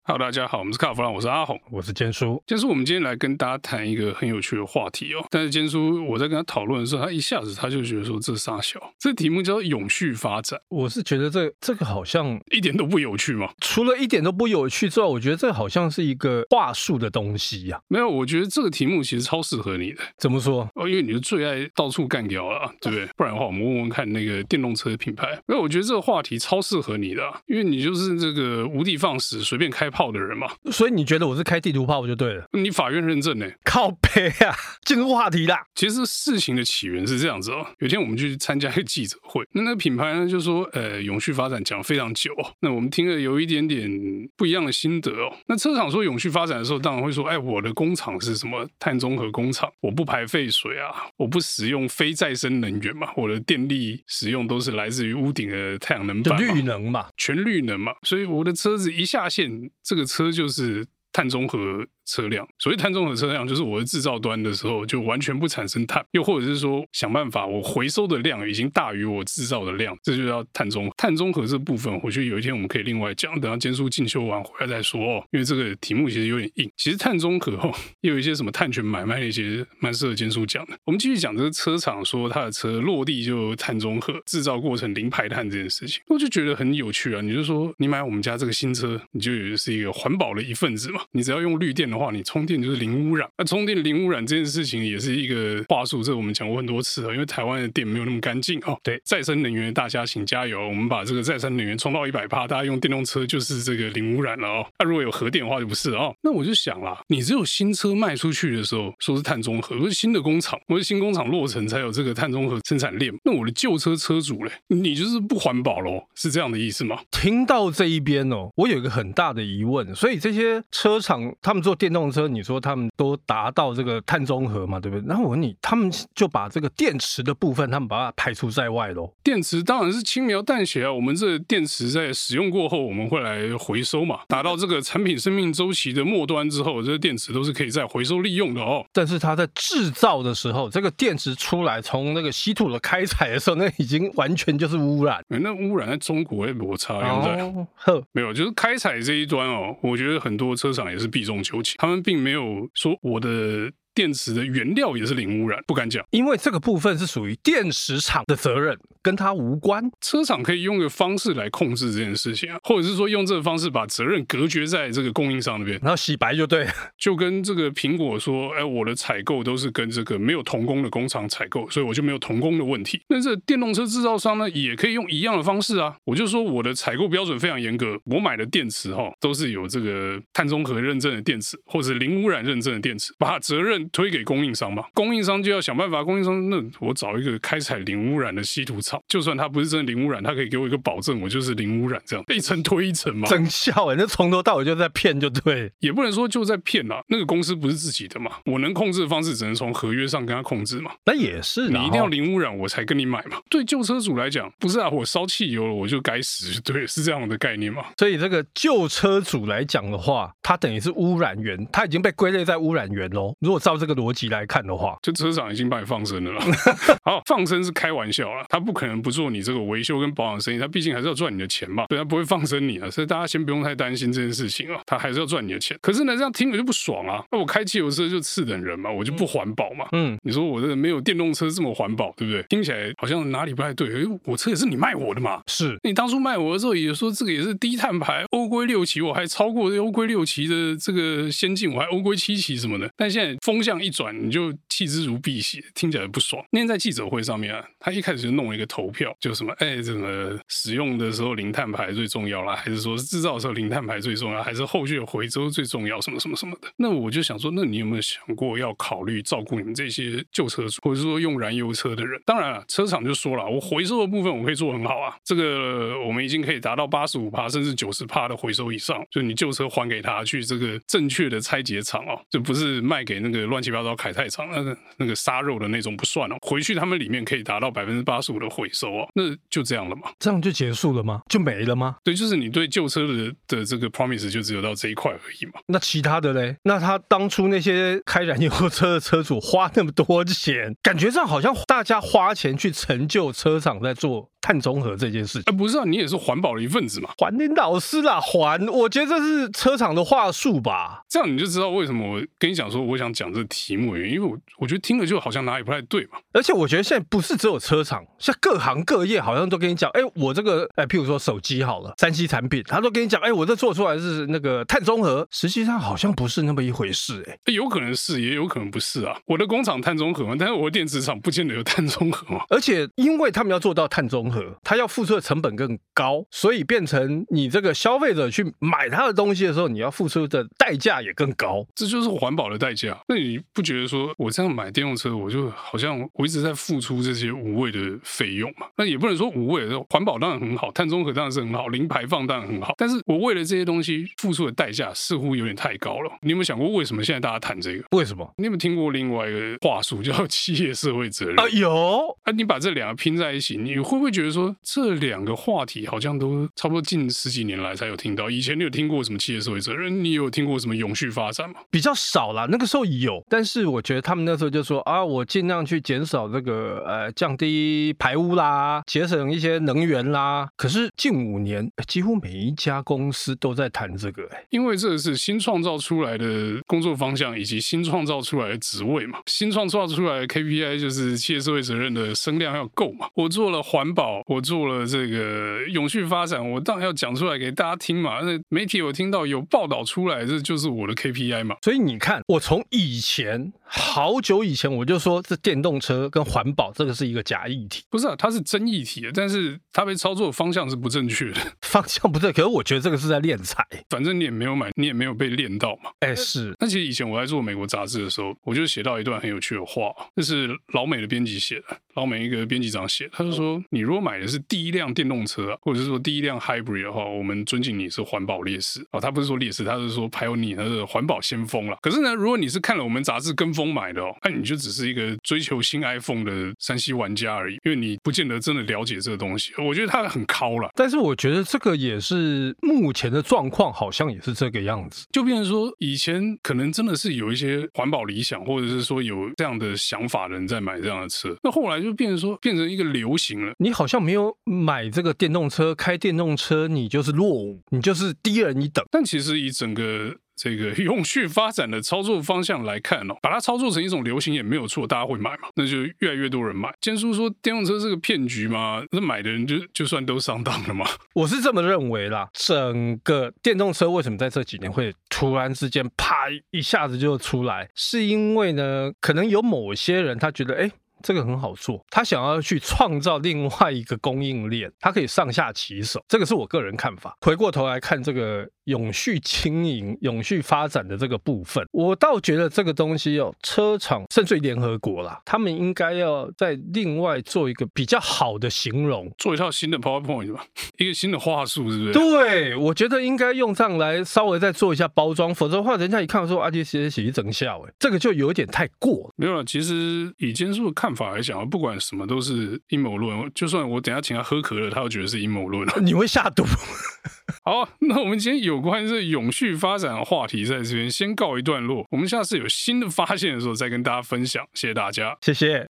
Hello， 大家好，我们是卡弗朗，我是阿红， 我是坚叔。 坚叔，我们今天来跟大家谈一个很有趣的话题哦。但是坚叔，我在跟他讨论的时候，他一下子就觉得说这傻小，这题目叫做永续发展。 我是觉得这个好像一点都不有趣嘛。 除了一点都不有趣之外，我觉得这好像是一个话术的东西呀。 没有，我觉得这个题目其实超适合你的。 怎么说？ 因为你是最爱到处干掉了，对不对？不然的话，我们问问看那个电动车品牌。因为我觉得这个话题超适合你的，因为你就是这个无的放矢、随便开炮的人嘛。 所以你觉得我是开地图炮就对了？ 你法院认证呢？ 靠北啊！进入话题啦。 其实事情的起源是这样子哦。有一天我们去参加一个记者会，那个品牌呢就说，永续发展讲了非常久哦。那我们听了有一点点不一样的心得哦。那车厂说永续发展的时候，当然会说，我的工厂是什么碳中和工厂，我不排废水啊，我不使用非再生能源嘛，我的电力使用都是来自于屋顶的太阳能板嘛， 绿能嘛， 全绿能嘛，所以我的车子一下线，这个车就是碳中和车辆。所谓碳中和车辆，就是我的制造端的时候就完全不产生碳，又或者是说想办法我回收的量已经大于我制造的量，这就叫碳中和。碳中和这部分，我觉得有一天我们可以另外讲，等到坚叔进修完回来再说哦，因为这个题目其实有点硬。其实碳中和也有一些什么碳权买卖那些蛮适合坚叔讲的。我们继续讲这个车厂说他的车落地就碳中和，制造过程零排碳这件事情，我就觉得很有趣啊。你就说你买我们家这个新车，你就是一个环保的一份子嘛。你只要用绿电的话，你充电就是零污染。那充电零污染这件事情也是一个话术，这我们讲过很多次了，因为台湾的电没有那么干净哦。对，再生能源大家请加油，我们把这个再生能源冲到100%，大家用电动车就是这个零污染了哦。那如果有核电的话就不是哦。那我就想啦，你只有新车卖出去的时候说是碳中和，或是新的工厂，或是新工厂落成才有这个碳中和生产链。那我的旧车车主嘞，你就是不环保咯，是这样的意思吗？ 听到这一边哦，我有一个很大的疑问。所以这些车厂他们做电动车，你说他们都达到这个碳中和嘛，对不对？然后我问你，他们就把这个电池的部分，他们把它排除在外咯。 电池当然是轻描淡写啊，我们这电池在使用过后，我们会来回收嘛，达到这个产品生命周期的末端之后，这些电池都是可以再回收利用的哦。 但是它在制造的时候，这个电池出来，从那个稀土的开采的时候，那已经完全就是污染。 那污染在中国会落差没有，就是开采这一端哦，我觉得很多车厂也是避重就轻，他们并没有说我的电池的原料也是零污染，不敢讲， 因为这个部分是属于电池厂的责任，跟它无关。 车厂可以用一个方式来控制这件事情啊，或者是说用这个方式把责任隔绝在这个供应商那边， 然后洗白就对了。 就跟这个苹果说，我的采购都是跟这个没有童工的工厂采购，所以我就没有童工的问题。那这电动车制造商呢，也可以用一样的方式啊，我就说我的采购标准非常严格，我买的电池都是有这个碳中和认证的电池，或者零污染认证的电池，把责任推给供应商嘛，供应商就要想办法，供应商那我找一个开采零污染的稀土厂，就算它不是真的零污染，它可以给我一个保证，我就是零污染，这样一层推一层嘛。 真笑那从头到尾就在骗就对。 也不能说就在骗啦，那个公司不是自己的嘛，我能控制的方式只能从合约上跟他控制嘛。 那也是， 你一定要零污染我才跟你买嘛。对旧车主来讲，不是啊，我烧汽油了我就该死，对，是这样的概念嘛。 所以这个旧车主来讲的话，它等于是污染源，它已经被归类在污染源咯。如果照这个逻辑来看的话， 就车厂已经把你放生了啦。好，放生是开玩笑啦，他不可能不做你这个维修跟保养生意，他毕竟还是要赚你的钱嘛，对，他不会放生你啊，所以大家先不用太担心这件事情啊，他还是要赚你的钱。可是呢，这样听着就不爽啊，那我开汽油车就次等人嘛，我就不环保嘛。你说我这没有电动车这么环保，对不对？听起来好像哪里不太对，我车也是你卖我的嘛， 是你当初卖我的时候也说这个也是低碳排，欧规6期，我还超过欧规6期的这个先进，我还欧规7期什么的，但现在风向一转，你就弃之如敝屣，听起来不爽。那天在记者会上面啊，他一开始就弄了一个投票，就什么怎么使用的时候零碳排最重要啦，还是说制造的时候零碳排最重要，还是后续的回收最重要，什么什么什么的。那我就想说，那你有没有想过要考虑照顾你们这些旧车主，或者说用燃油车的人？当然了，车厂就说了，我回收的部分我可以做很好啊，这个我们已经可以达到85%甚至90%的回收以上，就你旧车还给他去这个正确的拆解厂哦，就不是卖给那个乱七八糟开太长，那个杀肉的那种不算哦，回去他们里面可以达到85%的回收哦，那就这样了嘛？ 这样就结束了吗？就没了吗？ 对，就是你对旧车的这个 promise 就只有到这一块而已嘛。 那其他的嘞？那他当初那些开燃油车的车主花那么多钱，感觉上好像大家花钱去成就车厂在做碳中和这件事情。 不是啊，你也是环保的一份子嘛。 还你老师啦，我觉得这是车厂的话术吧。 这样你就知道为什么我跟你讲说我想讲这个题目的原因，因为我觉得听了就好像哪里不太对嘛。 而且我觉得现在不是只有车厂，像各行各业好像都跟你讲，我这个譬如说手机好了，3C 产品，他都跟你讲，我这做出来是那个碳中和，实际上好像不是那么一回事。 有可能是，也有可能不是啊。我的工厂碳中和嘛，但是我的电池厂不见得有碳中和嘛。 而且因为他们要做到碳中和，他要付出的成本更高，所以变成你这个消费者去买他的东西的时候，你要付出的代价也更高。 这就是环保的代价。那你不觉得说我这样买电动车，我就好像我一直在付出这些无谓的费用嘛？那也不能说无谓的，环保当然很好，碳中和当然是很好，零排放当然很好，但是我为了这些东西付出的代价似乎有点太高了。你有没有想过为什么现在大家谈这个？ 为什么？ 你有没有听过另外一个话术叫企业社会责任？ 有。 你把这两个拼在一起，你会不会觉得说这两个话题好像都差不多近10几年来才有听到？以前你有听过什么企业社会责任？你有听过什么永续发展吗？ 比较少啦，那个时候有，但是我觉得他们那时候就说啊，我尽量去减少这个降低排污啦，节省一些能源啦。可是近5年，几乎每一家公司都在谈这个。 因为这是新创造出来的工作方向以及新创造出来的职位嘛。新创造出来的 KPI 就是企业社会责任的声量要够嘛。我做了环保，我做了这个永续发展，我当然要讲出来给大家听嘛。那媒体有听到有报道出来，这就是我的 KPI 嘛。 所以你看，我从以前好久以前我就说，这电动车跟环保这个是一个假议题。 不是啊，它是真议题的，但是它被操作的方向是不正确的。 方向不对，可是我觉得这个是在敛财。 反正你也没有买，你也没有被练到嘛。 是。 那其实以前我在做美国杂志的时候，我就写到一段很有趣的话，这是老美的编辑写的，老美一个编辑长写的，他就说，你如果买的是第一辆电动车或者是说第一辆 hybrid 的话，我们尊敬你是环保烈士他不是说烈士，他是说pioneer，他是环保先锋啦。可是呢，如果你是看了我们杂志跟风买的那你就只是一个追求新 iPhone 的3C 玩家而已，因为你不见得真的了解这个东西。我觉得他很靠啦， 但是我觉得这个也是目前的状况，好像也是这个样子。 就变成说，以前可能真的是有一些环保理想，或者是说有这样的想法的人在买这样的车，那后来就变成一个流行了。 你好像没有买这个电动车，开电动车，你就是落伍，你就是低人一等。 但其实以整个这个永续发展的操作方向来看把它操作成一种流行也没有错，大家会买嘛，那就越来越多人买。坚叔说电动车是个骗局嘛，那买的人就算都上当了嘛。 我是这么认为啦。整个电动车为什么在这几年会突然之间啪一下子就出来，是因为呢，可能有某些人他觉得这个很好做，他想要去创造另外一个供应链，他可以上下其手，这个是我个人看法。回过头来看这个永续经营、永续发展的这个部分，我倒觉得这个东西车厂甚至于联合国啦，他们应该要再另外做一个比较好的形容， 做一套新的 PowerPoint 吧，一个新的话术，是不是？ 对，我觉得应该用上来稍微再做一下包装，否则的话，人家一看说这些是整笑，这个就有点太过了。 没有了，其实以坚叔的看法来讲，不管什么都是阴谋论，就算我等一下请他喝可乐，他都觉得是阴谋论。 你会下毒？ 好，那我们今天有关这永续发展的话题在这边先告一段落，我们下次有新的发现的时候再跟大家分享。谢谢大家， 谢谢。